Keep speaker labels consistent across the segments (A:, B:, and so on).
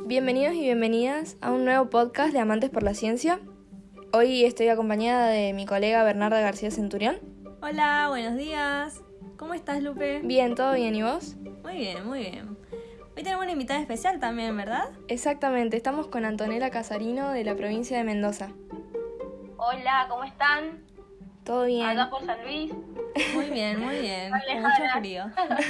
A: Bienvenidos y bienvenidas a un nuevo podcast de Amantes por la Ciencia. Hoy estoy acompañada de mi colega Bernarda García Centurión.
B: Hola, buenos días. ¿Cómo estás, Lupe?
A: Bien, ¿todo bien? ¿Y vos?
B: Muy bien, muy bien. Hoy tenemos una invitada especial también, ¿verdad?
A: Exactamente, estamos con Antonella Casarino de la provincia de Mendoza.
C: Hola, ¿cómo están?
A: ¿Todo bien?
C: Acá por San Luis.
B: Muy bien, muy bien.
C: Muy
B: Con mucho frío.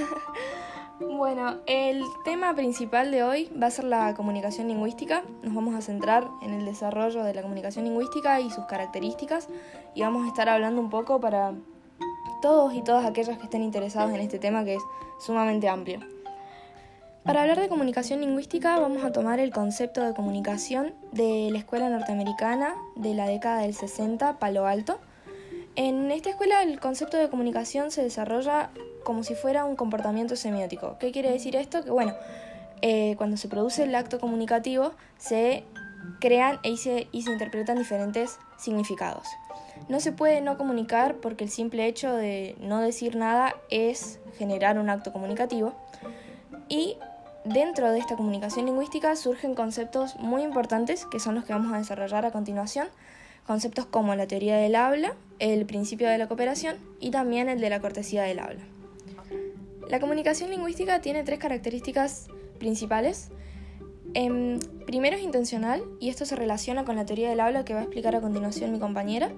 A: Bueno, el tema principal de hoy va a ser la comunicación lingüística. Nos vamos a centrar en el desarrollo de la comunicación lingüística y sus características y vamos a estar hablando un poco para todos y todas aquellas que estén interesados en este tema que es sumamente amplio. Para hablar de comunicación lingüística vamos a tomar el concepto de comunicación de la escuela norteamericana de la década del 60, Palo Alto. En esta escuela el concepto de comunicación se desarrolla como si fuera un comportamiento semiótico. ¿Qué quiere decir esto? Que cuando se produce el acto comunicativo se crean y se interpretan diferentes significados. No se puede no comunicar porque el simple hecho de no decir nada es generar un acto comunicativo. Y dentro de esta comunicación lingüística surgen conceptos muy importantes que son los que vamos a desarrollar a continuación. Conceptos como la teoría del habla, el principio de la cooperación y también el de la cortesía del habla. La comunicación lingüística tiene tres características principales. Primero es intencional, y esto se relaciona con la teoría del habla que va a explicar a continuación mi compañera.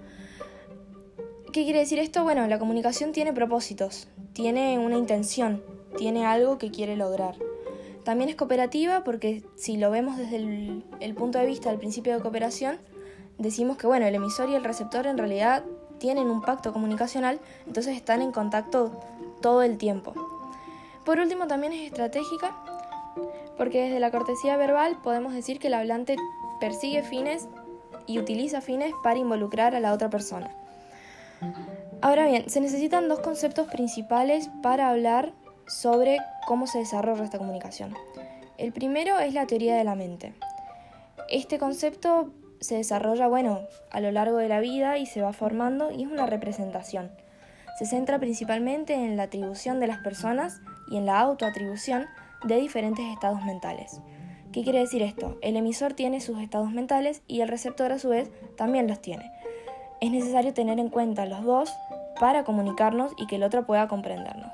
A: ¿Qué quiere decir esto? Bueno, la comunicación tiene propósitos, tiene una intención, tiene algo que quiere lograr. También es cooperativa porque si lo vemos desde el punto de vista del principio de cooperación, decimos que el emisor y el receptor en realidad tienen un pacto comunicacional, entonces están en contacto todo el tiempo. Por último, también es estratégica, porque desde la cortesía verbal podemos decir que el hablante persigue fines y utiliza fines para involucrar a la otra persona. Ahora bien, se necesitan dos conceptos principales para hablar sobre cómo se desarrolla esta comunicación. El primero es la teoría de la mente. Este concepto se desarrolla, a lo largo de la vida y se va formando y es una representación. Se centra principalmente en la atribución de las personas y en la autoatribución de diferentes estados mentales. ¿Qué quiere decir esto? El emisor tiene sus estados mentales y el receptor a su vez también los tiene. Es necesario tener en cuenta los dos para comunicarnos y que el otro pueda comprendernos.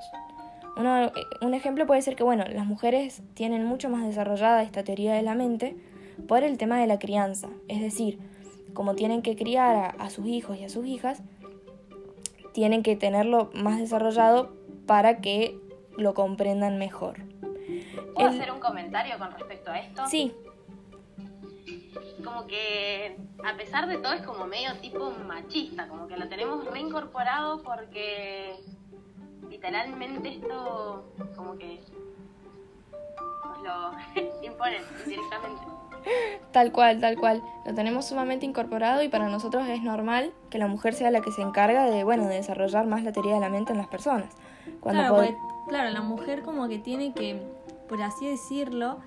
A: Un ejemplo puede ser que las mujeres tienen mucho más desarrollada esta teoría de la mente por el tema de la crianza, es decir, como tienen que criar a sus hijos y a sus hijas, tienen que tenerlo más desarrollado para que lo comprendan mejor.
C: ¿Puedo hacer un comentario con respecto a esto?
A: Sí.
C: Como que a pesar de todo es como medio tipo machista, como que lo tenemos reincorporado porque literalmente esto como que nos lo imponen directamente.
A: Tal cual. Lo tenemos sumamente incorporado y para nosotros es normal que la mujer sea la que se encarga de desarrollar más la teoría de la mente en las personas.
B: Claro, la mujer como que tiene que, por así decirlo,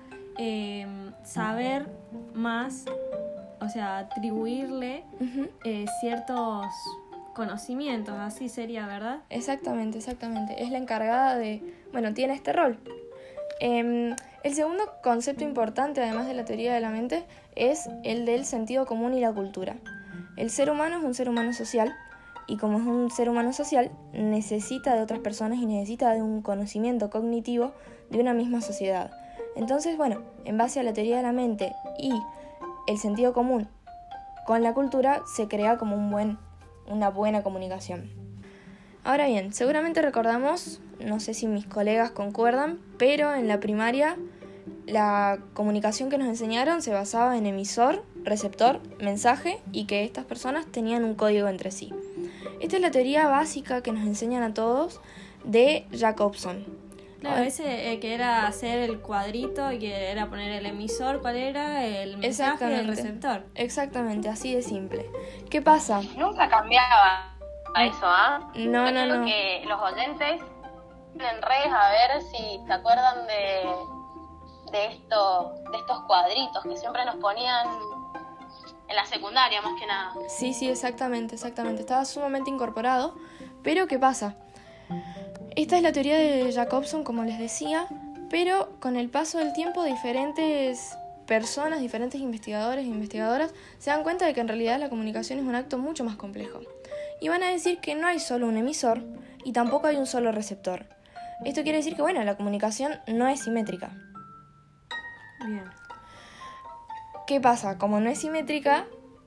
B: saber más, o sea, atribuirle ciertos conocimientos, así sería, ¿verdad?
A: Exactamente. Es la encargada de, tiene este rol. El segundo concepto importante, además de la teoría de la mente, es el del sentido común y la cultura. El ser humano es un ser humano social y como es un ser humano social, necesita de otras personas y necesita de un conocimiento cognitivo de una misma sociedad. Entonces, en base a la teoría de la mente y el sentido común con la cultura, se crea como una buena comunicación. Ahora bien, seguramente recordamos, no sé si mis colegas concuerdan, pero en la primaria la comunicación que nos enseñaron se basaba en emisor, receptor, mensaje y que estas personas tenían un código entre sí. Esta es la teoría básica que nos enseñan a todos de Jacobson.
B: Claro, ese que era hacer el cuadrito y que era poner el emisor, ¿cuál era? El mensaje y el receptor.
A: Exactamente, así de simple. ¿Qué pasa?
C: Nunca cambiaba a eso, ¿ah?
A: No.
C: Creo que los oyentes en redes a ver si se acuerdan de estos cuadritos que siempre nos ponían en la secundaria, más que nada.
A: Sí, exactamente. Estaba sumamente incorporado. Pero ¿qué pasa? Esta es la teoría de Jacobson, como les decía, pero con el paso del tiempo diferentes personas, diferentes investigadores e investigadoras, se dan cuenta de que en realidad la comunicación es un acto mucho más complejo. Y van a decir que no hay solo un emisor y tampoco hay un solo receptor. Esto quiere decir que, bueno, la comunicación no es simétrica.
B: Bien.
A: ¿Qué pasa? Como no es simétrica,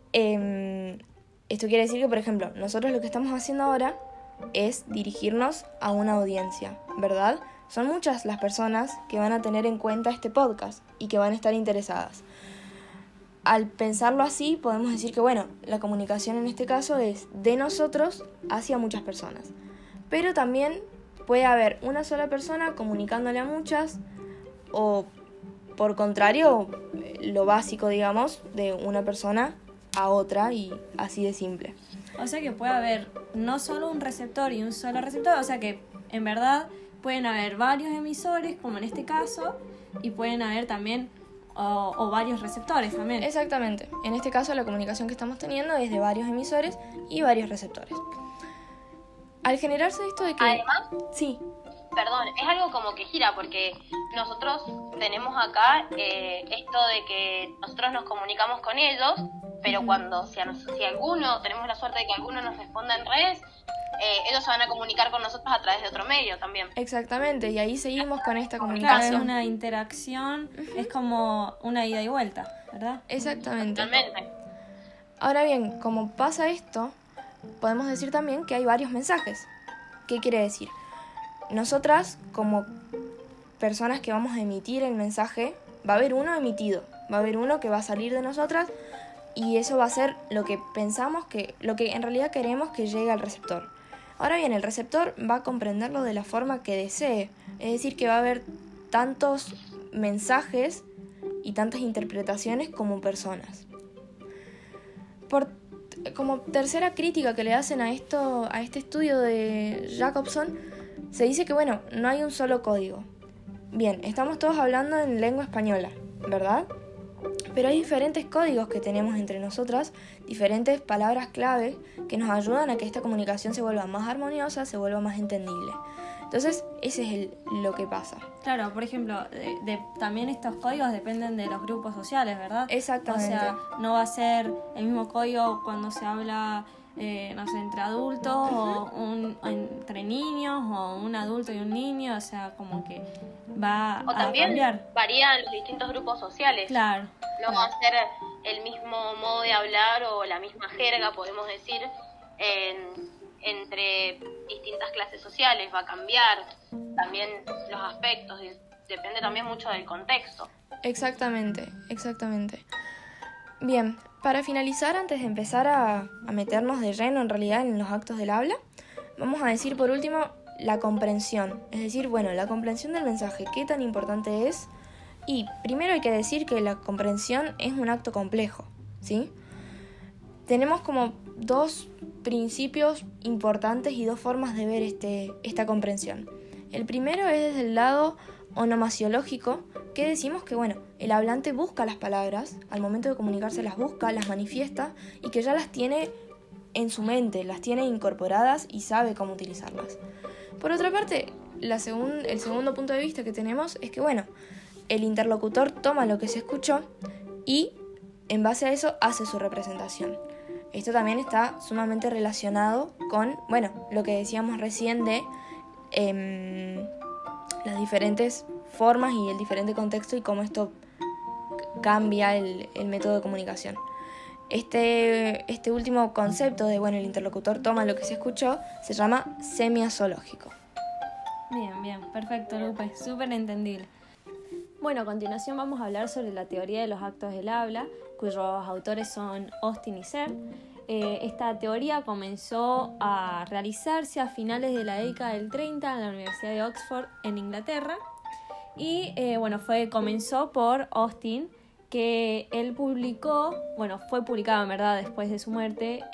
A: esto quiere decir que, por ejemplo, nosotros lo que estamos haciendo ahora es dirigirnos a una audiencia, ¿verdad? Son muchas las personas que van a tener en cuenta este podcast y que van a estar interesadas. Al pensarlo así, podemos decir que, bueno, la comunicación en este caso es de nosotros hacia muchas personas. Pero también puede haber una sola persona comunicándole a muchas, o por contrario, lo básico, digamos, de una persona a otra, y así de simple.
B: O sea que puede haber no solo un receptor y un solo receptor, o sea que en verdad pueden haber varios emisores, como en este caso, y pueden haber también o varios receptores también.
A: Exactamente. En este caso la comunicación que estamos teniendo es de varios emisores y varios receptores. Al generarse esto de que...
C: Además,
A: sí.
C: Perdón, es algo como que gira, porque nosotros tenemos acá esto de que nosotros nos comunicamos con ellos, pero cuando si alguno, tenemos la suerte de que alguno nos responda en redes, ellos se van a comunicar con nosotros a través de otro medio también.
A: Exactamente, y ahí seguimos con esta
B: Claro,
A: comunicación.
B: es una interacción, es como una ida y vuelta, ¿verdad?
A: Exactamente.
C: Totalmente.
A: Ahora bien, como pasa esto, podemos decir también que hay varios mensajes. ¿Qué quiere decir? Nosotras, como personas que vamos a emitir el mensaje, va a haber uno emitido, va a haber uno que va a salir de nosotras, y eso va a ser lo que pensamos lo que en realidad queremos que llegue al receptor. Ahora bien, el receptor va a comprenderlo de la forma que desee, es decir, que va a haber tantos mensajes y tantas interpretaciones como personas. Como tercera crítica que le hacen a este estudio de Jacobson, se dice que, bueno, no hay un solo código. Bien, estamos todos hablando en lengua española, ¿verdad? Pero hay diferentes códigos que tenemos entre nosotras, diferentes palabras clave que nos ayudan a que esta comunicación se vuelva más armoniosa, se vuelva más entendible. Entonces, ese es lo que pasa.
B: Claro, por ejemplo, también estos códigos dependen de los grupos sociales, ¿verdad?
A: Exactamente.
B: O sea, no va a ser el mismo código cuando se habla, no sé, entre adultos o entre niños, o un adulto y un niño, o sea, como que va
C: O
B: a
C: también
B: cambiar.
C: varían los distintos grupos sociales.
B: Claro.
C: No va a ser el mismo modo de hablar o la misma jerga, podemos decir, entre distintas clases sociales. Va a cambiar también los aspectos, depende también mucho del contexto.
A: Exactamente. Bien, para finalizar, antes de empezar a meternos de lleno en realidad en los actos del habla, vamos a decir por último la comprensión. Es decir, bueno, la comprensión del mensaje, qué tan importante es. Y primero hay que decir que la comprensión es un acto complejo, ¿sí? Tenemos como dos principios importantes y dos formas de ver esta comprensión. El primero es desde el lado onomasiológico, que decimos que, bueno, el hablante busca las palabras, al momento de comunicarse las busca, las manifiesta, y que ya las tiene en su mente, las tiene incorporadas y sabe cómo utilizarlas. Por otra parte, el segundo punto de vista que tenemos es que, bueno, el interlocutor toma lo que se escuchó y en base a eso hace su representación. Esto también está sumamente relacionado con, bueno, lo que decíamos recién de las diferentes formas y el diferente contexto y cómo esto cambia el método de comunicación. Este último concepto de, bueno, el interlocutor toma lo que se escuchó, se llama semiasológico.
B: Bien, perfecto, Lupe, súper entendible. Bueno, a continuación vamos a hablar sobre la teoría de los actos del habla, cuyos autores son Austin y Serre. Esta teoría comenzó a realizarse a finales de la década del 30 en la Universidad de Oxford, en Inglaterra. Y comenzó por Austin, que él fue publicado en verdad después de su muerte,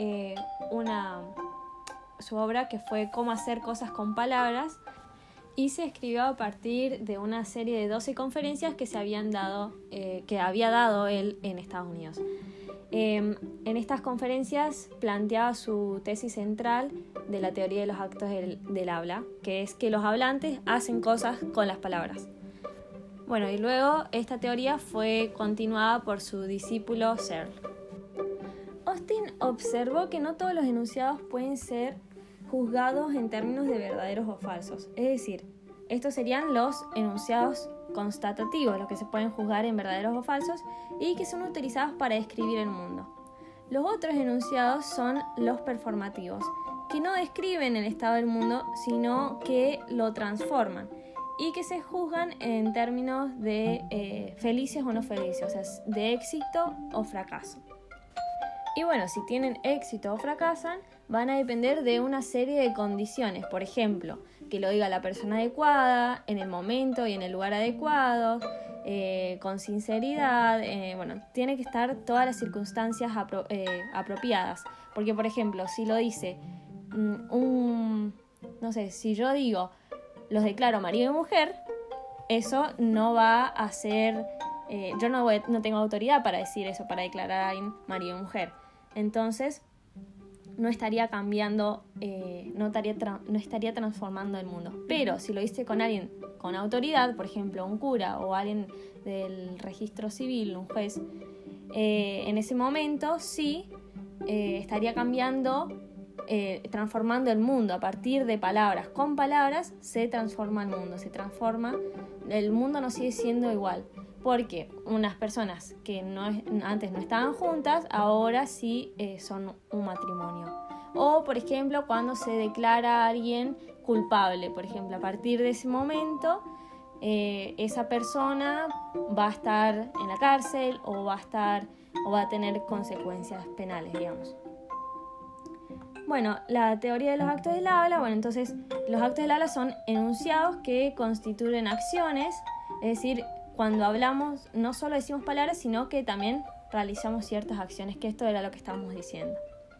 B: su obra que fue Cómo hacer cosas con palabras, y se escribió a partir de una serie de 12 conferencias que había dado él en Estados Unidos. En estas conferencias planteaba su tesis central de la teoría de los actos del habla, que es que los hablantes hacen cosas con las palabras. Bueno, y luego esta teoría fue continuada por su discípulo Searle. Austin observó que no todos los enunciados pueden ser juzgados en términos de verdaderos o falsos. Es decir, estos serían los enunciados constatativos, los que se pueden juzgar en verdaderos o falsos y que son utilizados para describir el mundo. Los otros enunciados son los performativos, que no describen el estado del mundo, sino que lo transforman y que se juzgan en términos de felices o no felices, o sea, de éxito o fracaso. Y bueno, si tienen éxito o fracasan, van a depender de una serie de condiciones. Por ejemplo, que lo diga la persona adecuada, en el momento y en el lugar adecuado, con sinceridad. Bueno, tiene que estar todas las circunstancias apropiadas. Porque, por ejemplo, si lo dice no sé, si yo digo, los declaro marido y mujer, eso no va a ser... yo no tengo autoridad para decir eso, para declarar a alguien marido y mujer. Entonces, no estaría cambiando, no estaría transformando el mundo. Pero si lo hice con alguien con autoridad, por ejemplo, un cura o alguien del registro civil, un juez, en ese momento sí estaría cambiando, transformando el mundo a partir de palabras. Con palabras se transforma el mundo, el mundo no sigue siendo igual. Porque unas personas que antes no estaban juntas, ahora sí son un matrimonio. O, por ejemplo, cuando se declara a alguien culpable, por ejemplo, a partir de ese momento, esa persona va a estar en la cárcel o va a tener consecuencias penales, digamos. Bueno, la teoría de los actos del habla, entonces los actos del habla son enunciados que constituyen acciones, es decir, cuando hablamos no solo decimos palabras, sino que también realizamos ciertas acciones, que esto era lo que estábamos diciendo.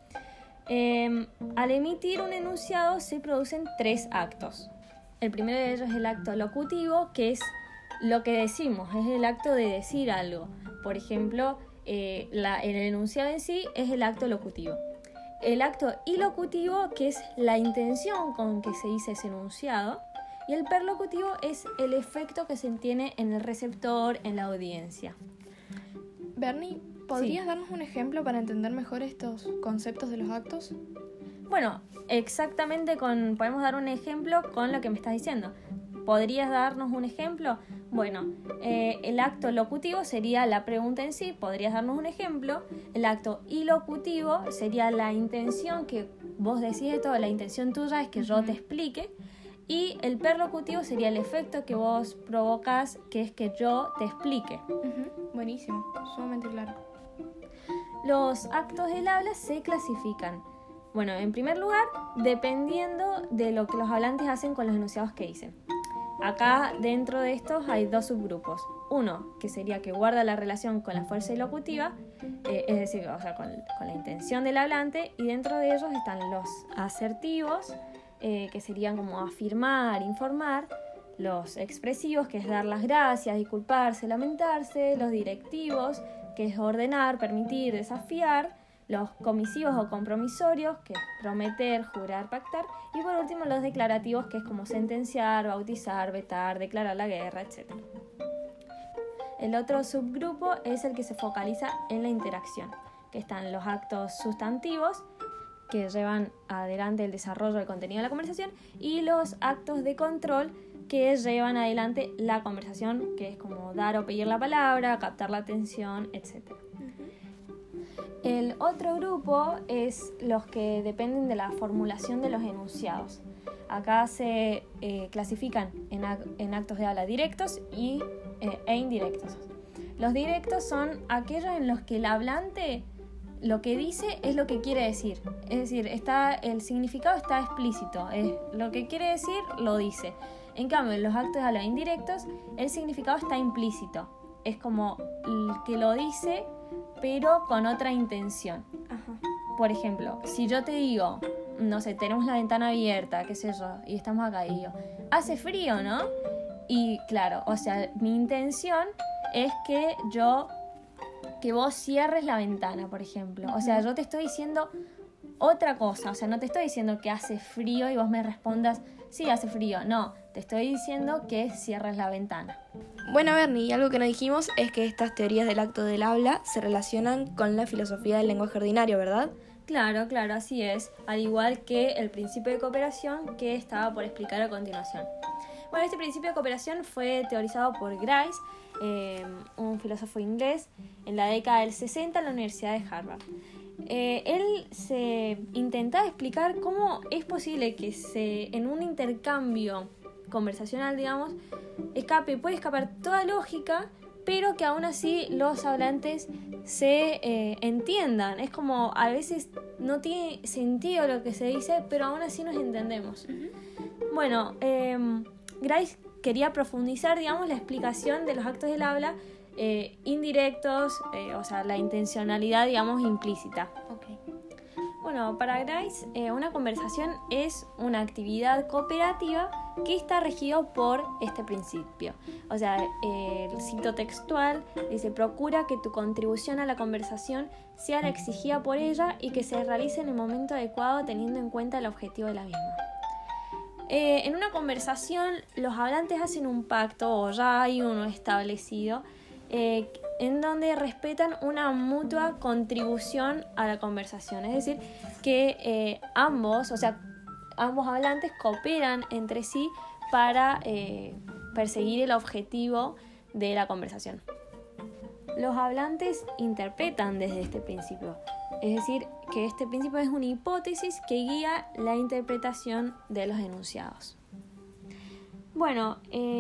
B: Al emitir un enunciado se producen 3 actos. El primero de ellos es el acto locutivo, que es lo que decimos, es el acto de decir algo. Por ejemplo, el enunciado en sí es el acto locutivo. El acto ilocutivo, que es la intención con que se dice ese enunciado. Y el perlocutivo es el efecto que se tiene en el receptor, en la audiencia.
A: Bernie, ¿podrías darnos un ejemplo para entender mejor estos conceptos de los actos?
B: Bueno, exactamente podemos dar un ejemplo con lo que me estás diciendo. ¿Podrías darnos un ejemplo? Bueno, el acto locutivo sería la pregunta en sí, ¿podrías darnos un ejemplo? El acto ilocutivo sería la intención que vos decís de todo, la intención tuya es que yo te explique. Y el perlocutivo sería el efecto que vos provocas, que es que yo te explique.
A: Buenísimo, sumamente claro.
B: Los actos del habla se clasifican. Bueno, en primer lugar, dependiendo de lo que los hablantes hacen con los enunciados que dicen. Acá, dentro de estos, hay 2 subgrupos. Uno, que sería que guarda la relación con la fuerza ilocutiva, es decir, o sea, con la intención del hablante, y dentro de ellos están los asertivos, que serían como afirmar, informar, los expresivos, que es dar las gracias, disculparse, lamentarse, los directivos, que es ordenar, permitir, desafiar, los comisivos o compromisorios, que es prometer, jurar, pactar, y por último los declarativos, que es como sentenciar, bautizar, vetar, declarar la guerra, etc. El otro subgrupo es el que se focaliza en la interacción, que están los actos sustantivos, que llevan adelante el desarrollo del contenido de la conversación, y los actos de control, que llevan adelante la conversación, que es como dar o pedir la palabra, captar la atención, etc. El otro grupo es los que dependen de la formulación de los enunciados. Acá se clasifican en actos de habla directos e indirectos. Los directos son aquellos en los que el hablante lo que dice es lo que quiere decir. Es decir, el significado está explícito. Es lo que quiere decir, lo dice. En cambio, en los actos de habla indirectos, el significado está implícito. Es como el que lo dice, pero con otra intención.
A: Ajá.
B: Por ejemplo, si yo te digo, no sé, tenemos la ventana abierta, qué sé yo, y estamos acá y yo, hace frío, ¿no? Y claro, o sea, mi intención es que vos cierres la ventana, por ejemplo. O sea, yo te estoy diciendo otra cosa. O sea, no te estoy diciendo que hace frío y vos me respondas sí, hace frío. No, te estoy diciendo que cierres la ventana.
A: Bueno, Bernie, algo que no dijimos es que estas teorías del acto del habla se relacionan con la filosofía del lenguaje ordinario, ¿verdad?
B: Claro, así es, al igual que el principio de cooperación que estaba por explicar a continuación. Bueno, este principio de cooperación fue teorizado por Grice, un filósofo inglés, en la década del 60 en la Universidad de Harvard. Él se intentaba explicar cómo es posible que en un intercambio conversacional, digamos, puede escapar toda lógica, pero que aún así los hablantes se entiendan. Es como a veces no tiene sentido lo que se dice, pero aún así nos entendemos. Bueno, Grice quería profundizar, digamos, la explicación de los actos del habla indirectos, o sea, la intencionalidad, digamos, implícita.
A: Okay.
B: Bueno, para Grice, una conversación es una actividad cooperativa que está regido por este principio. O sea, el cito textual dice: procura que tu contribución a la conversación sea la exigida por ella y que se realice en el momento adecuado teniendo en cuenta el objetivo de la misma. En una conversación, los hablantes hacen un pacto, o ya hay uno establecido, en donde respetan una mutua contribución a la conversación. Es decir, que ambos hablantes cooperan entre sí para perseguir el objetivo de la conversación. Los hablantes interpretan desde este principio. Es decir, que este principio es una hipótesis que guía la interpretación de los enunciados. Bueno,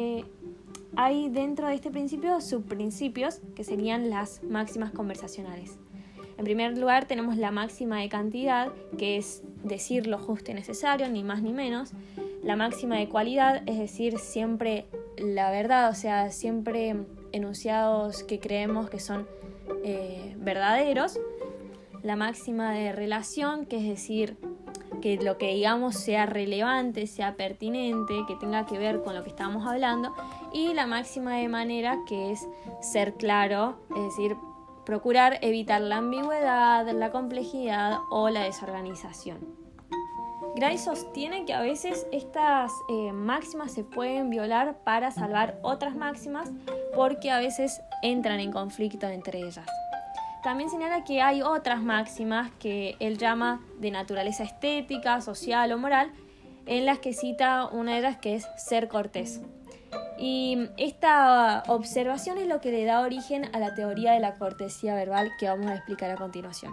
B: hay dentro de este principio subprincipios que serían las máximas conversacionales. En primer lugar tenemos la máxima de cantidad, que es decir lo justo y necesario, ni más ni menos. La máxima de cualidad, es decir, siempre la verdad, o sea, siempre enunciados que creemos que son verdaderos. La máxima de relación, que es decir, que lo que digamos sea relevante, sea pertinente, que tenga que ver con lo que estamos hablando. Y la máxima de manera, que es ser claro, es decir, procurar evitar la ambigüedad, la complejidad o la desorganización. Grice sostiene que a veces estas máximas se pueden violar para salvar otras máximas porque a veces entran en conflicto entre ellas. También señala que hay otras máximas que él llama de naturaleza estética, social o moral, en las que cita una de ellas, que es ser cortés. Y esta observación es lo que le da origen a la teoría de la cortesía verbal que vamos a explicar a continuación.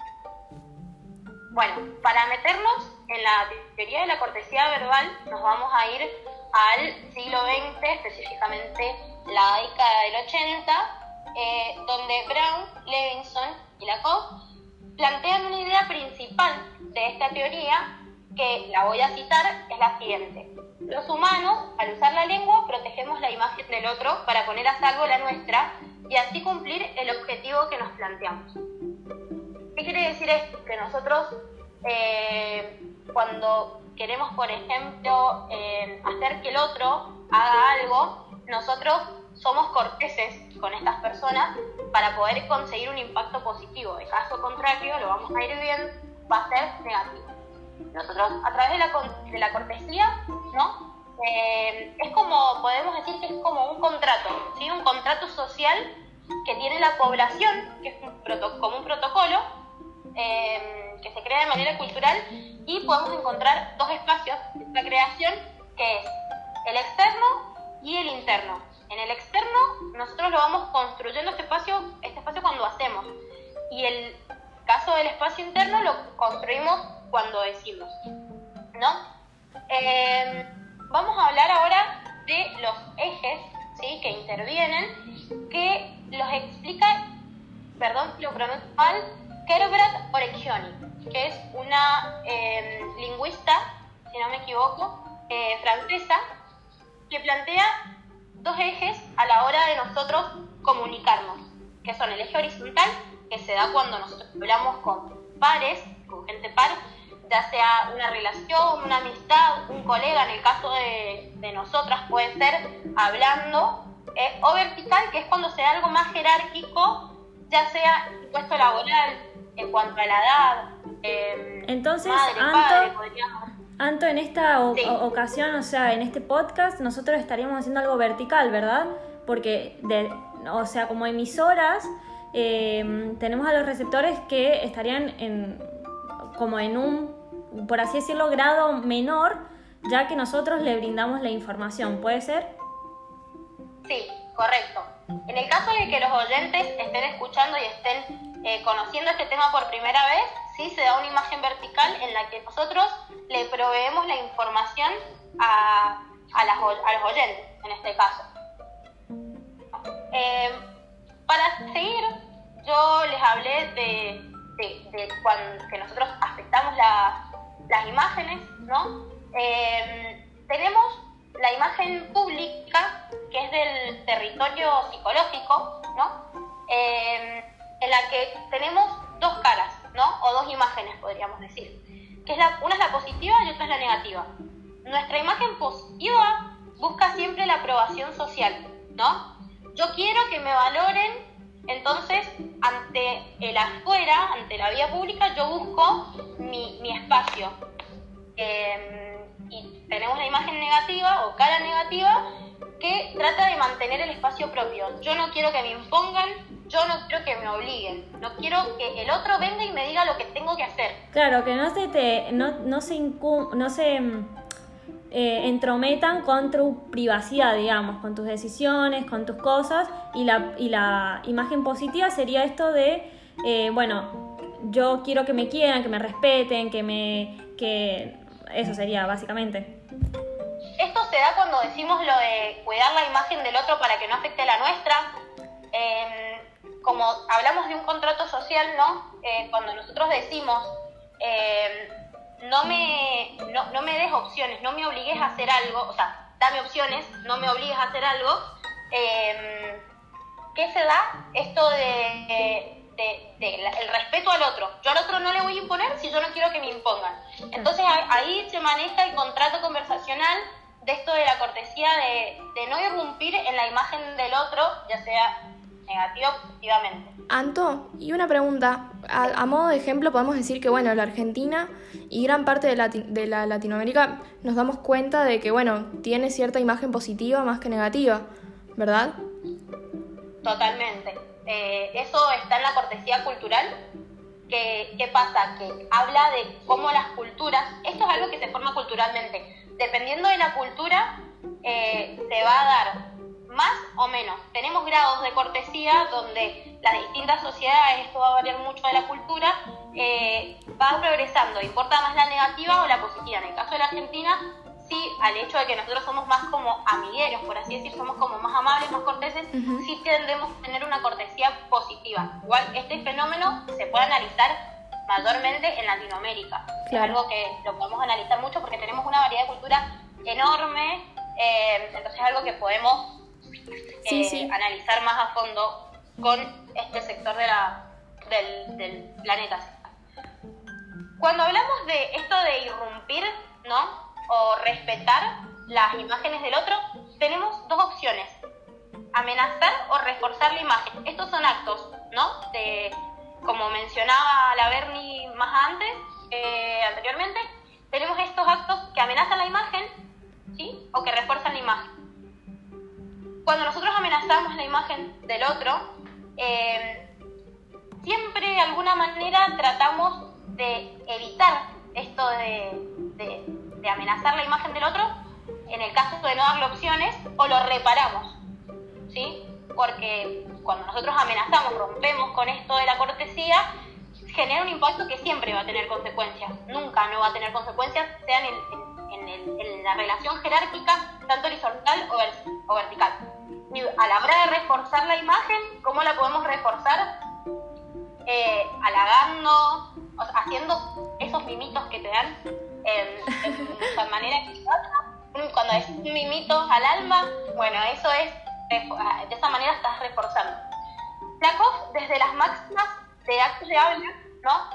C: Bueno, para meternos en la teoría de la cortesía verbal, nos vamos a ir al siglo XX, específicamente la década del 80, donde Brown, Levinson y Lakoff plantean una idea principal de esta teoría, que la voy a citar, es la siguiente: los humanos, al usar la lengua, protegemos la imagen del otro para poner a salvo la nuestra y así cumplir el objetivo que nos planteamos. ¿Qué quiere decir esto? Que nosotros, cuando queremos, por ejemplo, hacer que el otro haga algo, nosotros somos corteses con estas personas para poder conseguir un impacto positivo. De caso contrario, lo vamos a ir viendo, va a ser negativo. Nosotros, a través de la cortesía, ¿no? Es como, podemos decir que es como un contrato, ¿sí? Un contrato social que tiene la población, que es como un protocolo que se crea de manera cultural, y podemos encontrar dos espacios de esta creación, que es el externo y el interno. En el externo nosotros lo vamos construyendo este espacio cuando hacemos, y el caso del espacio interno lo construimos cuando decimos, ¿no? Vamos a hablar ahora de los ejes, ¿sí?, que intervienen, que los explica, perdón si lo pronuncio mal, Kerbrat Orecchioni, que es una lingüista, si no me equivoco, francesa, que plantea dos ejes a la hora de nosotros comunicarnos, que son el eje horizontal, que se da cuando nosotros hablamos con pares, con gente par, ya sea una relación, una amistad, un colega, en el caso de nosotras puede ser hablando, o vertical, que es cuando se da algo más jerárquico, ya sea el puesto laboral, en cuanto a la edad,
B: entonces,
C: madre, padre, podríamos.
B: Anto, en esta
C: Sí.
B: ocasión, o sea, en este podcast, nosotros estaríamos haciendo algo vertical, ¿verdad? Porque, o sea, como emisoras, tenemos a los receptores que estarían como en un, por así decirlo, grado menor, ya que nosotros le brindamos la información, ¿puede ser?
C: Sí, correcto. En el caso de que los oyentes estén escuchando y estén conociendo este tema por primera vez, sí se da una imagen vertical en la que nosotros le proveemos la información a los oyentes, en este caso. Para seguir, yo les hablé de cuando que nosotros afectamos las imágenes, ¿no? Tenemos la imagen pública, que es del territorio psicológico, ¿no? En la que tenemos dos caras, ¿no? O dos imágenes, podríamos decir. Que una es la positiva y otra es la negativa. Nuestra imagen positiva busca siempre la aprobación social, ¿no? Yo quiero que me valoren, entonces, ante el afuera, ante la vía pública, yo busco mi espacio. Y tenemos la imagen negativa o cara negativa que trata de mantener el espacio propio. Yo no quiero que me impongan, yo no quiero que me obliguen, no quiero que el otro venga y me diga lo que tengo que hacer.
B: Claro, que no se entrometan con tu privacidad, digamos, con tus decisiones, con tus cosas, y la imagen positiva sería esto de, bueno, yo quiero que me quieran, que me respeten, que eso sería básicamente.
C: Esto se da cuando decimos lo de cuidar la imagen del otro para que no afecte la nuestra. Como hablamos de un contrato social, ¿no? Cuando nosotros decimos no me des opciones, no me obligues a hacer algo, o sea, dame opciones, no me obligues a hacer algo, ¿qué se da? Esto el respeto al otro. Yo al otro no le voy a imponer si yo no quiero que me impongan. Entonces ahí se maneja el contrato conversacional de esto de la cortesía, de no irrumpir en la imagen del otro, ya sea negativa o positivamente.
A: Anto, y una pregunta. A modo de ejemplo podemos decir que, bueno, la Argentina y gran parte de la Latinoamérica nos damos cuenta de que, bueno, tiene cierta imagen positiva más que negativa, ¿verdad?
C: Totalmente. Eso está en la cortesía cultural. ¿Qué pasa? Que habla de cómo las culturas, esto es algo que se forma culturalmente, dependiendo de la cultura se va a dar más o menos. Tenemos grados de cortesía donde las distintas sociedades, esto va a variar mucho de la cultura, va progresando, importa más la negativa o la positiva. En el caso de la Argentina, sí, al hecho de que nosotros somos más como amigueros, por así decir, somos como más amables, más corteses, sí tendemos a tener una cortesía positiva. Igual este fenómeno se puede analizar mayormente en Latinoamérica. Claro. Es algo que lo podemos analizar mucho porque tenemos una variedad de cultura enorme, entonces es algo que podemos analizar más a fondo con este sector del planeta. Cuando hablamos de esto de irrumpir, ¿no? O respetar las imágenes del otro, tenemos dos opciones: amenazar o reforzar la imagen. Estos son actos, ¿no? Como mencionaba la Berni más anteriormente, tenemos estos actos que amenazan la imagen, ¿sí? O que refuerzan la imagen. Cuando nosotros amenazamos la imagen del otro, siempre de alguna manera tratamos de evitar esto de amenazar la imagen del otro, en el caso de no darle opciones, o lo reparamos, ¿sí? Porque cuando nosotros amenazamos, rompemos con esto de la cortesía, genera un impacto que siempre va a tener consecuencias. Nunca no va a tener consecuencias, sean en la relación jerárquica, tanto horizontal o vertical. Y a la hora de reforzar la imagen, ¿cómo la podemos reforzar? Halagando, o sea, haciendo esos mimitos que te dan de manera que cuando es un mimito al alma, bueno, eso es, de esa manera estás reforzando. Lakoff, desde las máximas de actos de habla, ¿no?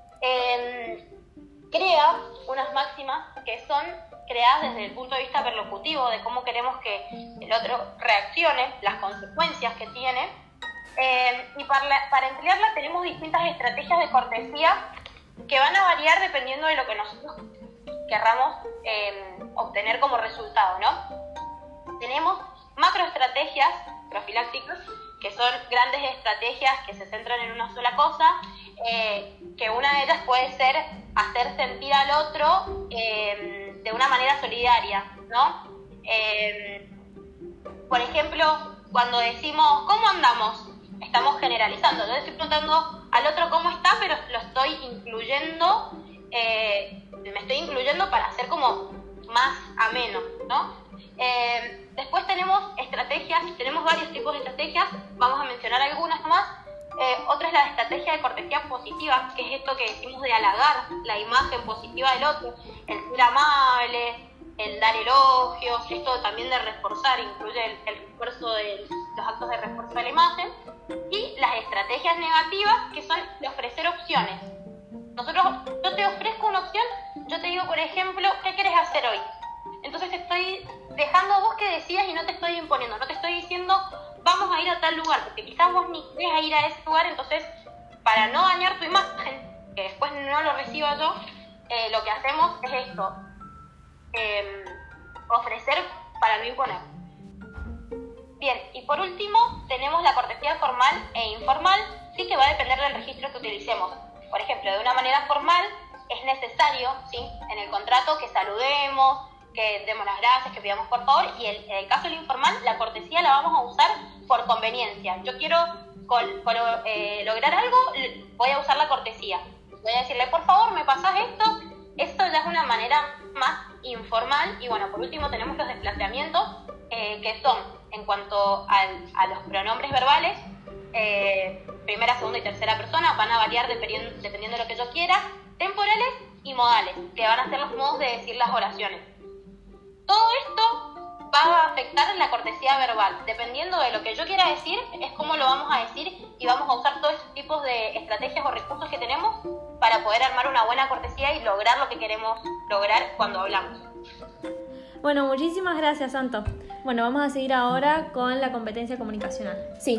C: Crea unas máximas que son creadas desde el punto de vista perlocutivo, de cómo queremos que el otro reaccione, las consecuencias que tiene, y para emplearla tenemos distintas estrategias de cortesía que van a variar dependiendo de lo que nosotros querramos obtener como resultado, ¿no? Tenemos macroestrategias profilácticas, que son grandes estrategias que se centran en una sola cosa, que una de ellas puede ser hacer sentir al otro de una manera solidaria, ¿no? Por ejemplo, cuando decimos ¿cómo andamos? Estamos generalizando. Yo le estoy preguntando al otro cómo está, pero lo estoy incluyendo, me estoy incluyendo para hacer como más ameno, ¿no? Después tenemos estrategias, tenemos varios tipos de estrategias, vamos a mencionar algunas nomás. Otra es la estrategia de cortesía positiva, que es esto que decimos de halagar la imagen positiva del otro, el ser amable, el dar elogios, esto también de reforzar, incluye el refuerzo de los actos de refuerzo de la imagen. Y las estrategias negativas, que son de ofrecer opciones. Yo te ofrezco una opción, yo te digo, por ejemplo, ¿qué quieres hacer hoy? Entonces te estoy dejando a vos que decidas y no te estoy imponiendo, no te estoy diciendo vamos a ir a tal lugar, porque quizás vos ni querés ir a ese lugar. Entonces, para no dañar tu imagen, que después no lo reciba yo, lo que hacemos es esto, ofrecer para no imponer. Bien, y por último tenemos la cortesía formal e informal, sí, que va a depender del registro que utilicemos. Por ejemplo, de una manera formal es necesario, ¿sí?, en el contrato que saludemos, que demos las gracias, que pidamos por favor, y en el caso del informal, la cortesía la vamos a usar por conveniencia. Yo quiero lograr algo, voy a usar la cortesía. Voy a decirle, por favor, ¿me pasás esto? Esto ya es una manera más informal. Y bueno, por último tenemos los desplazamientos, que son, en cuanto a los pronombres verbales, primera, segunda y tercera persona, van a variar dependiendo de lo que yo quiera, temporales y modales, que van a ser los modos de decir las oraciones. Todo esto va a afectar la cortesía verbal. Dependiendo de lo que yo quiera decir, es cómo lo vamos a decir, y vamos a usar todos esos tipos de estrategias o recursos que tenemos para poder armar una buena cortesía y lograr lo que queremos lograr cuando hablamos.
B: Bueno, muchísimas gracias, Santo. Bueno, vamos a seguir ahora con la competencia comunicacional.
A: Sí,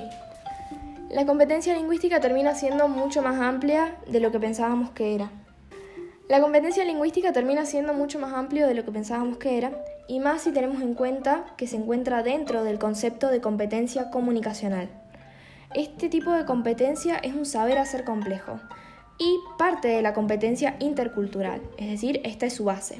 A: la competencia lingüística termina siendo mucho más amplia de lo que pensábamos que era. La competencia lingüística termina siendo mucho más amplio de lo que pensábamos que era, y más si tenemos en cuenta que se encuentra dentro del concepto de competencia comunicacional. Este tipo de competencia es un saber hacer complejo y parte de la competencia intercultural, es decir, esta es su base.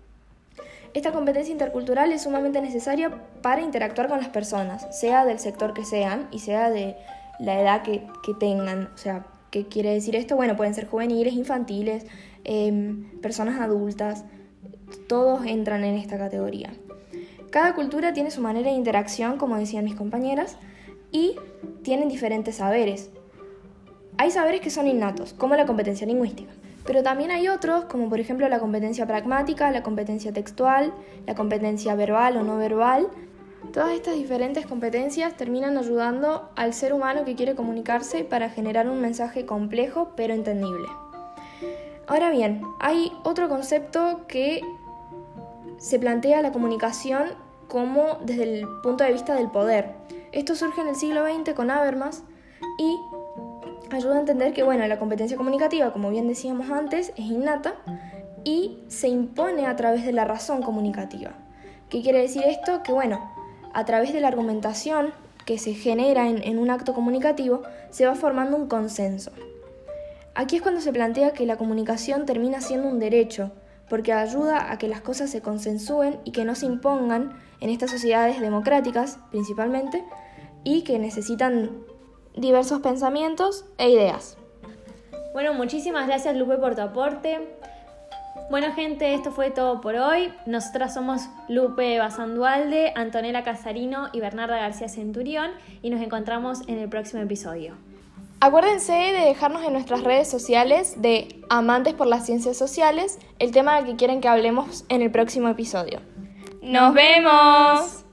A: Esta competencia intercultural es sumamente necesaria para interactuar con las personas, sea del sector que sean y sea de la edad que tengan. O sea, ¿qué quiere decir esto? Bueno, pueden ser juveniles, infantiles, personas adultas, todos entran en esta categoría. Cada cultura tiene su manera de interacción, como decían mis compañeras, y tienen diferentes saberes. Hay saberes que son innatos, como la competencia lingüística, pero también hay otros, como por ejemplo la competencia pragmática, la competencia textual, la competencia verbal o no verbal. Todas estas diferentes competencias terminan ayudando al ser humano que quiere comunicarse para generar un mensaje complejo pero entendible. Ahora bien, hay otro concepto que se plantea la comunicación como desde el punto de vista del poder. Esto surge en el siglo XX con Habermas y ayuda a entender que la competencia comunicativa, como bien decíamos antes, es innata y se impone a través de la razón comunicativa. ¿Qué quiere decir esto? Que a través de la argumentación que se genera en un acto comunicativo se va formando un consenso. Aquí es cuando se plantea que la comunicación termina siendo un derecho, porque ayuda a que las cosas se consensúen y que no se impongan en estas sociedades democráticas, principalmente, y que necesitan diversos pensamientos e ideas.
B: Bueno, muchísimas gracias, Lupe, por tu aporte. Bueno, gente, esto fue todo por hoy. Nosotras somos Lupe Basandualde, Antonella Casarino y Bernarda García Centurión, y nos encontramos en el próximo episodio.
A: Acuérdense de dejarnos en nuestras redes sociales de Amantes por las Ciencias Sociales el tema del que quieren que hablemos en el próximo episodio. ¡Nos vemos!